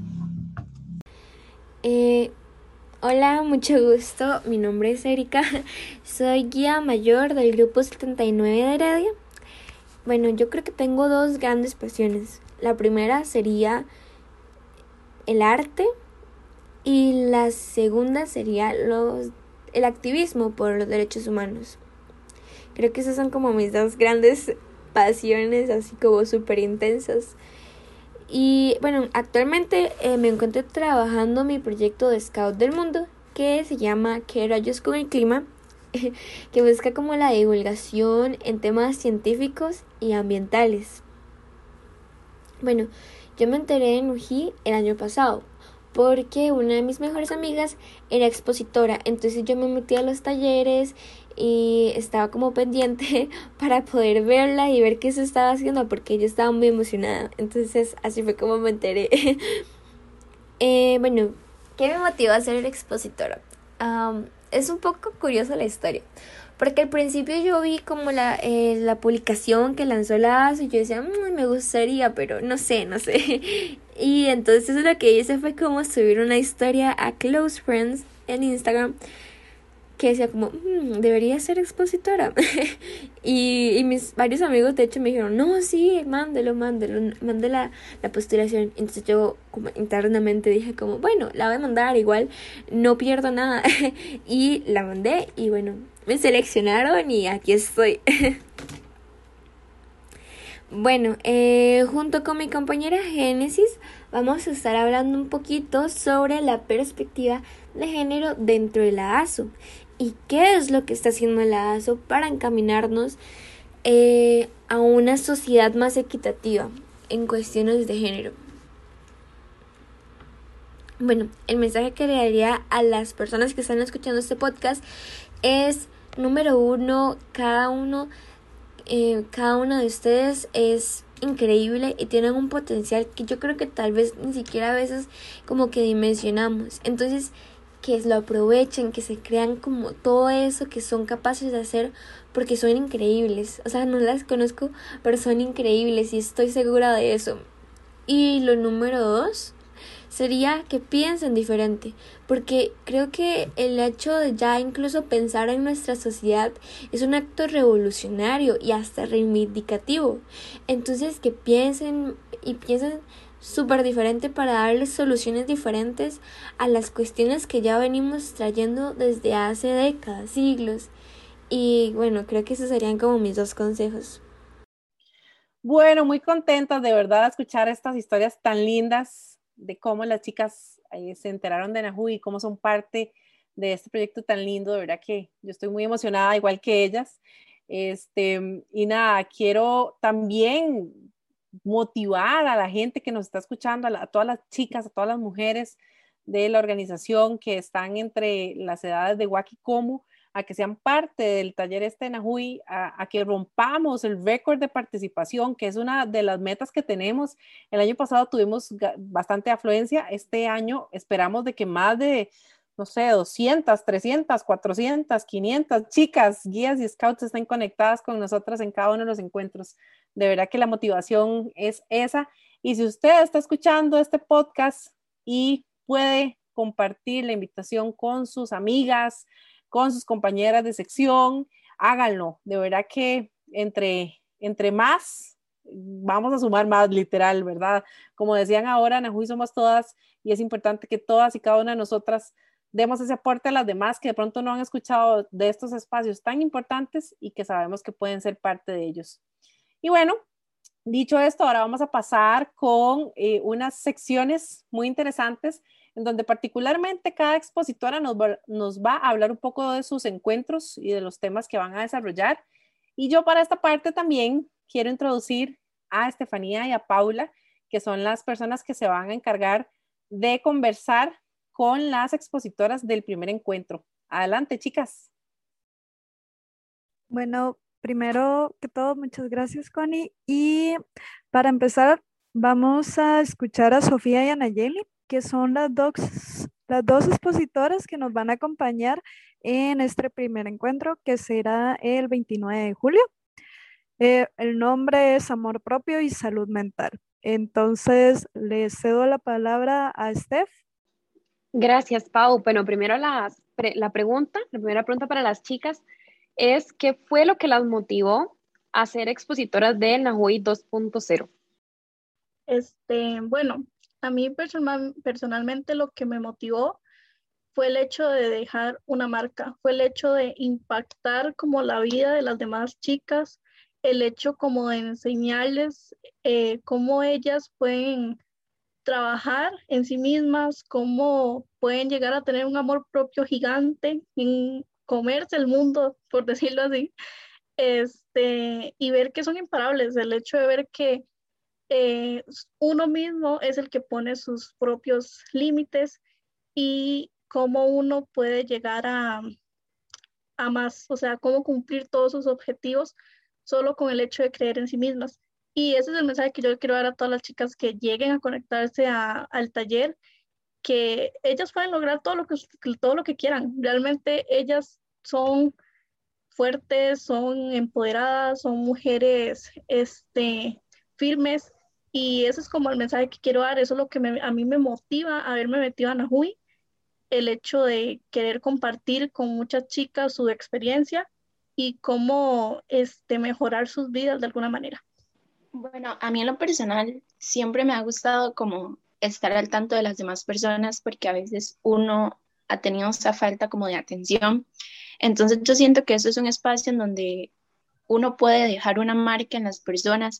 Eh, hola, mucho gusto, mi nombre es Erika, soy guía mayor del grupo setenta y nueve de Heredia. Bueno, yo creo que tengo dos grandes pasiones. La primera sería el arte y la segunda sería los, el activismo por los derechos humanos. Creo que esas son como mis dos grandes pasiones, así como súper intensas. Y bueno, actualmente eh, me encuentro trabajando mi proyecto de Scout del Mundo, que se llama ¿Qué rayos con el clima?, que busca como la divulgación en temas científicos y ambientales. Bueno, yo me enteré de Nahui el año pasado, porque una de mis mejores amigas era expositora, entonces yo me metí a los talleres y estaba como pendiente para poder verla y ver qué se estaba haciendo, porque ella estaba muy emocionada. Entonces así fue como me enteré. eh, bueno, ¿qué me motivó a ser expositora? Um, es un poco curiosa la historia, porque al principio yo vi como la, eh, la publicación que lanzó la A S U y yo decía, mmm, me gustaría, pero no sé, no sé. Y entonces lo que hice fue como subir una historia a Close Friends en Instagram que decía como, mmm, debería ser expositora. y, y mis varios amigos de hecho me dijeron, no, sí, mándelo, mándelo, mande la, la postulación. Entonces yo como internamente dije como, bueno, la voy a mandar, igual no pierdo nada. Y la mandé y bueno, me seleccionaron y aquí estoy. Bueno, eh, junto con mi compañera Génesis vamos a estar hablando un poquito sobre la perspectiva de género dentro de la A S O y qué es lo que está haciendo la A S O para encaminarnos eh, a una sociedad más equitativa en cuestiones de género. Bueno, el mensaje que le daría a las personas que están escuchando este podcast es, número uno, cada uno Eh, cada uno de ustedes es increíble y tienen un potencial que yo creo que tal vez ni siquiera a veces como que dimensionamos. Entonces, que lo aprovechen, que se crean como todo eso que son capaces de hacer, porque son increíbles. O sea, no las conozco, pero son increíbles y estoy segura de eso. Y lo número dos sería que piensen diferente, porque creo que el hecho de ya incluso pensar en nuestra sociedad es un acto revolucionario y hasta reivindicativo. Entonces que piensen y piensen súper diferente para darles soluciones diferentes a las cuestiones que ya venimos trayendo desde hace décadas, siglos. Y bueno, creo que esos serían como mis dos consejos. Bueno, muy contenta de verdad de escuchar estas historias tan lindas de cómo las chicas eh, se enteraron de Nahui y cómo son parte de este proyecto tan lindo. De verdad que yo estoy muy emocionada, igual que ellas. Este, y nada, quiero también motivar a la gente que nos está escuchando, a, la, a todas las chicas, a todas las mujeres de la organización que están entre las edades de Waki Komu, a que sean parte del taller este de Nahui, a, a que rompamos el récord de participación, que es una de las metas que tenemos. El año pasado tuvimos bastante afluencia, este año esperamos de que más de, no sé, doscientas, trescientas, cuatrocientas, quinientas chicas, guías y scouts estén conectadas con nosotras en cada uno de los encuentros. De verdad que la motivación es esa. Y si usted está escuchando este podcast y puede compartir la invitación con sus amigas, con sus compañeras de sección, háganlo. De verdad que entre, entre más, vamos a sumar más, literal, ¿verdad? Como decían ahora, Nahui somos todas y es importante que todas y cada una de nosotras demos ese aporte a las demás que de pronto no han escuchado de estos espacios tan importantes y que sabemos que pueden ser parte de ellos. Y bueno, dicho esto, ahora vamos a pasar con eh, unas secciones muy interesantes en donde particularmente cada expositora nos va, nos va a hablar un poco de sus encuentros y de los temas que van a desarrollar. Y yo para esta parte también quiero introducir a Estefanía y a Paula, que son las personas que se van a encargar de conversar con las expositoras del primer encuentro. Adelante, chicas. Bueno, primero que todo, muchas gracias, Connie. Y para empezar, vamos a escuchar a Sofía y a Nayeli, que son las dos, las dos expositoras que nos van a acompañar en este primer encuentro, que será el veintinueve de julio. Eh, el nombre es Amor Propio y Salud Mental. Entonces, le cedo la palabra a Steph. Gracias, Pau. Bueno, primero la, la pregunta, la primera pregunta para las chicas es, ¿qué fue lo que las motivó a ser expositoras de Nahui dos punto cero? Este, bueno, a mí personal, personalmente lo que me motivó fue el hecho de dejar una marca, fue el hecho de impactar como la vida de las demás chicas, el hecho como de enseñarles eh, cómo ellas pueden trabajar en sí mismas, cómo pueden llegar a tener un amor propio gigante, en comerse el mundo, por decirlo así, este, y ver que son imparables, el hecho de ver que eh, uno mismo es el que pone sus propios límites y cómo uno puede llegar a, a más, o sea, cómo cumplir todos sus objetivos solo con el hecho de creer en sí mismas. Y ese es el mensaje que yo quiero dar a todas las chicas que lleguen a conectarse a, al taller, que ellas pueden lograr todo lo que, todo lo que quieran. Realmente ellas son fuertes, son empoderadas, son mujeres este, firmes, y ese es como el mensaje que quiero dar. Eso es lo que me, a mí me motiva a haberme metido a Nahui, el hecho de querer compartir con muchas chicas su experiencia y cómo este, mejorar sus vidas de alguna manera. Bueno, a mí en lo personal siempre me ha gustado como estar al tanto de las demás personas, porque a veces uno ha tenido esa falta como de atención. Entonces yo siento que eso es un espacio en donde uno puede dejar una marca en las personas,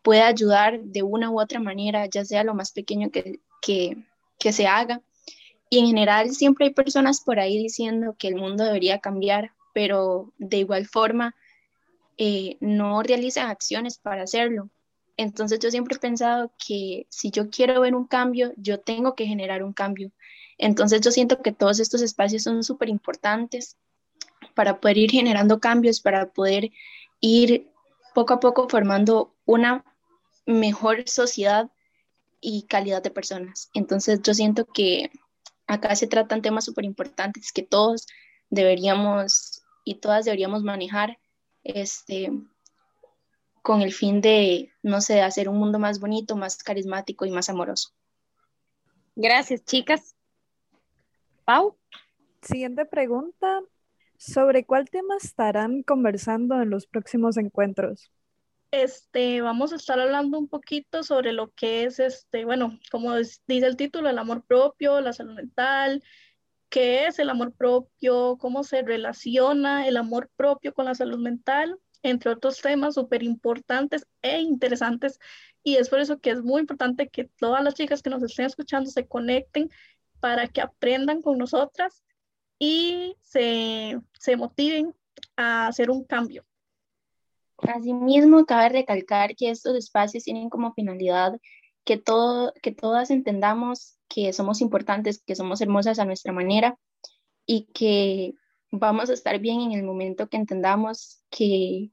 puede ayudar de una u otra manera, ya sea lo más pequeño que, que, que se haga. Y en general siempre hay personas por ahí diciendo que el mundo debería cambiar, pero de igual forma eh, no realizan acciones para hacerlo. Entonces yo siempre he pensado que si yo quiero ver un cambio, yo tengo que generar un cambio. Entonces yo siento que todos estos espacios son súper importantes para poder ir generando cambios, para poder ir poco a poco formando una mejor sociedad y calidad de personas. Entonces yo siento que acá se tratan temas súper importantes que todos deberíamos y todas deberíamos manejar este, con el fin de, no sé, hacer un mundo más bonito, más carismático y más amoroso. Gracias, chicas. Pau. Siguiente pregunta. ¿Sobre cuál tema estarán conversando en los próximos encuentros? Este, vamos a estar hablando un poquito sobre lo que es, este, bueno, como es- dice el título, el amor propio, la salud mental, qué es el amor propio, cómo se relaciona el amor propio con la salud mental, entre otros temas súper importantes e interesantes. Y es por eso que es muy importante que todas las chicas que nos estén escuchando se conecten para que aprendan con nosotras y se, se motiven a hacer un cambio. Asimismo, cabe recalcar que estos espacios tienen como finalidad que, todo, que todas entendamos que somos importantes, que somos hermosas a nuestra manera y que vamos a estar bien en el momento que entendamos que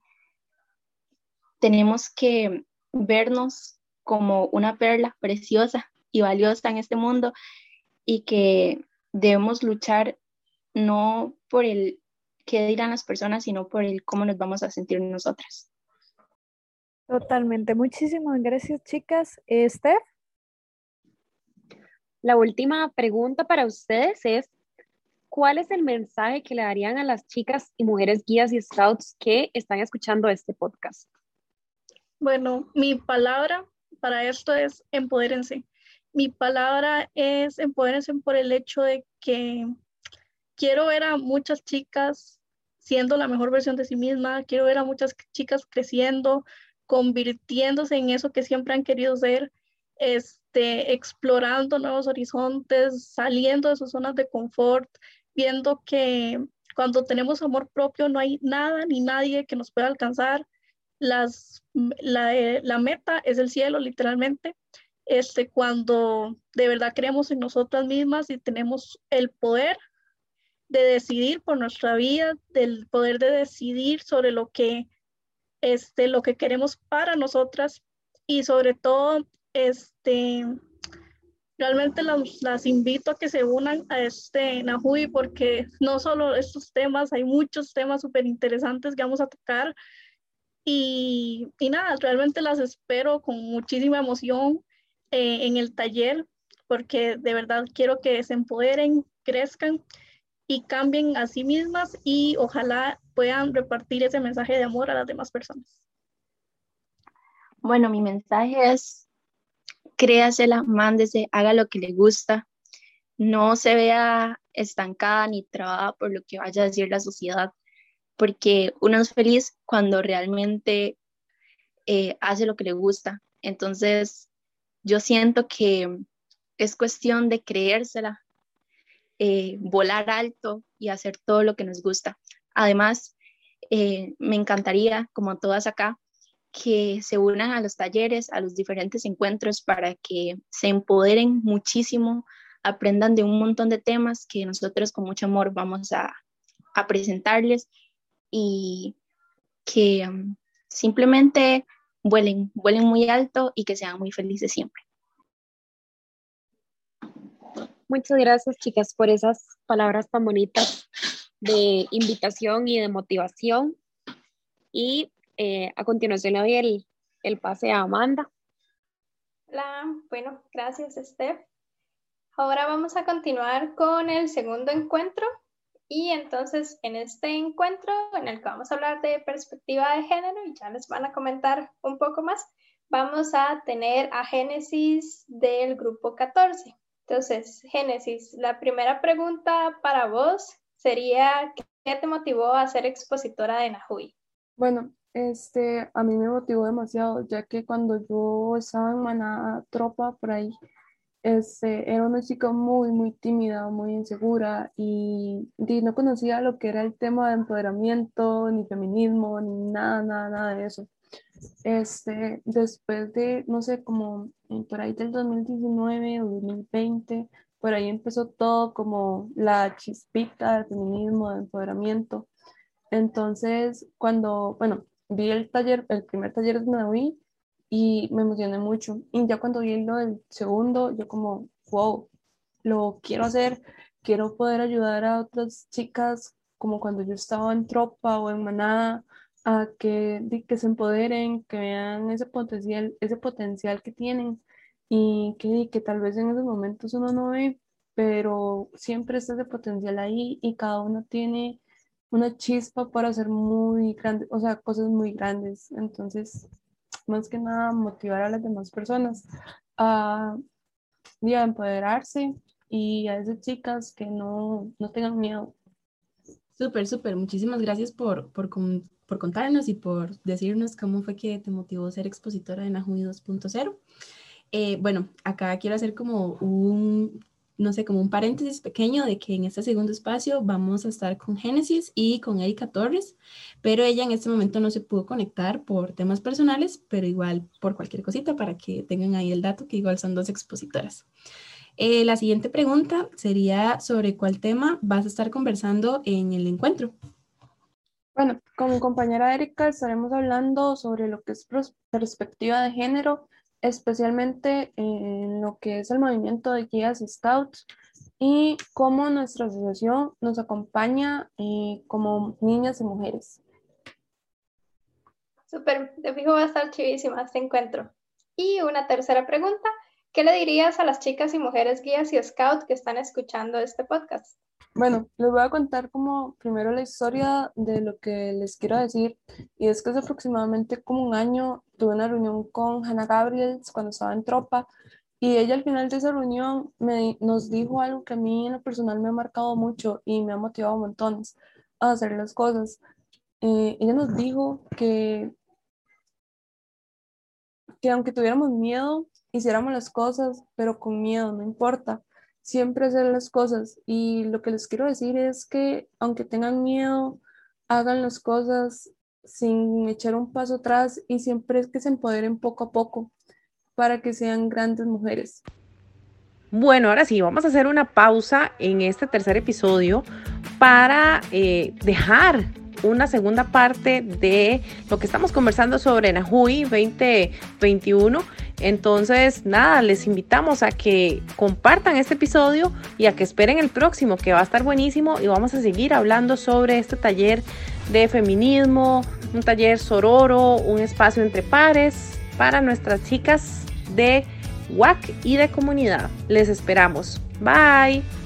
tenemos que vernos como una perla preciosa y valiosa en este mundo y que debemos luchar no por el qué dirán las personas, sino por el cómo nos vamos a sentir nosotras. Totalmente. Muchísimas gracias, chicas. Eh, Steph. La última pregunta para ustedes es, ¿cuál es el mensaje que le darían a las chicas y mujeres guías y scouts que están escuchando este podcast? Bueno, mi palabra para esto es empodérense. Mi palabra es empodérense por el hecho de que quiero ver a muchas chicas siendo la mejor versión de sí misma, quiero ver a muchas chicas creciendo, convirtiéndose en eso que siempre han querido ser, este, explorando nuevos horizontes, saliendo de sus zonas de confort, viendo que cuando tenemos amor propio no hay nada ni nadie que nos pueda alcanzar. Las, la, eh, la meta es el cielo, literalmente. Este, cuando de verdad creemos en nosotras mismas y tenemos el poder de decidir por nuestra vida, del poder de decidir sobre lo que, este, lo que queremos para nosotras y sobre todo, este, realmente las, las invito a que se unan a este Nahui porque no solo estos temas, hay muchos temas súper interesantes que vamos a tocar y, y nada, realmente las espero con muchísima emoción eh, en el taller porque de verdad quiero que se empoderen, crezcan y cambien a sí mismas y ojalá puedan repartir ese mensaje de amor a las demás personas. Bueno, mi mensaje es, créasela, mándese, haga lo que le gusta, no se vea estancada ni trabada por lo que vaya a decir la sociedad, porque uno es feliz cuando realmente eh, hace lo que le gusta. Entonces, yo siento que es cuestión de creérsela, Eh, volar alto y hacer todo lo que nos gusta. Además, eh, me encantaría, como todas acá, que se unan a los talleres, a los diferentes encuentros para que se empoderen muchísimo, aprendan de un montón de temas que nosotros con mucho amor vamos a, a presentarles y que um, simplemente vuelen, vuelen muy alto y que sean muy felices siempre. Muchas gracias, chicas, por esas palabras tan bonitas de invitación y de motivación. Y eh, a continuación le doy el, el pase a Amanda. Hola, bueno, gracias, Steph. Ahora vamos a continuar con el segundo encuentro. Y entonces, en este encuentro, en el que vamos a hablar de perspectiva de género, y ya les van a comentar un poco más, vamos a tener a Génesis del grupo catorce. Entonces, Génesis, la primera pregunta para vos sería, ¿qué te motivó a ser expositora de Nahui? Bueno, este, a mí me motivó demasiado, ya que cuando yo estaba en Maná Tropa, por ahí, este, era una chica muy, muy tímida, muy insegura y, y no conocía lo que era el tema de empoderamiento, ni feminismo, ni nada, nada, nada de eso. Este, después de, no sé, como eh, por ahí del dos mil diecinueve o dos mil veinte, por ahí empezó todo como la chispita del feminismo, de empoderamiento. Entonces, cuando, bueno, vi el taller, el primer taller de Madawi y me emocioné mucho. Y ya cuando vi lo del segundo, yo como, wow, lo quiero hacer, quiero poder ayudar a otras chicas como cuando yo estaba en Tropa o en Manada, a que, di- que se empoderen, que vean ese potencial, ese potencial que tienen y que, di que tal vez en esos momentos uno no ve, pero siempre está ese potencial ahí y cada uno tiene una chispa para hacer muy grandes, o sea, cosas muy grandes. Entonces, más que nada, motivar a las demás personas a, y a empoderarse y a esas chicas que no, no tengan miedo. Súper, súper. Muchísimas gracias por, por, con- por contarnos y por decirnos cómo fue que te motivó a ser expositora de Nahui dos punto cero. Eh, bueno, acá quiero hacer como un, no sé, como un paréntesis pequeño de que en este segundo espacio vamos a estar con Génesis y con Erika Torres, pero ella en este momento no se pudo conectar por temas personales, pero igual por cualquier cosita para que tengan ahí el dato, que igual son dos expositoras. Eh, la siguiente pregunta sería sobre cuál tema vas a estar conversando en el encuentro. Bueno, con mi compañera Erika estaremos hablando sobre lo que es pros- perspectiva de género, especialmente en lo que es el movimiento de guías y scouts y cómo nuestra asociación nos acompaña eh, como niñas y mujeres. Súper, de fijo va a estar chivísima este encuentro. Y una tercera pregunta, ¿qué le dirías a las chicas y mujeres guías y scouts que están escuchando este podcast? Bueno, les voy a contar como primero la historia de lo que les quiero decir, y es que hace aproximadamente como un año tuve una reunión con Hannah Gabriels cuando estaba en Tropa, y ella al final de esa reunión me, nos dijo algo que a mí en lo personal me ha marcado mucho y me ha motivado montones a hacer las cosas. Eh, ella nos dijo que, que aunque tuviéramos miedo, hiciéramos las cosas, pero con miedo, no importa siempre hacer las cosas. Y lo que les quiero decir es que aunque tengan miedo, hagan las cosas sin echar un paso atrás y siempre es que se empoderen poco a poco para que sean grandes mujeres. Bueno, ahora sí, vamos a hacer una pausa en este tercer episodio para eh, dejar una segunda parte de lo que estamos conversando sobre Nahui veinte veintiuno. Entonces, nada, les invitamos a que compartan este episodio y a que esperen el próximo, que va a estar buenísimo, y vamos a seguir hablando sobre este taller de feminismo, un taller sororo, un espacio entre pares para nuestras chicas de W A C y de comunidad. Les esperamos. Bye.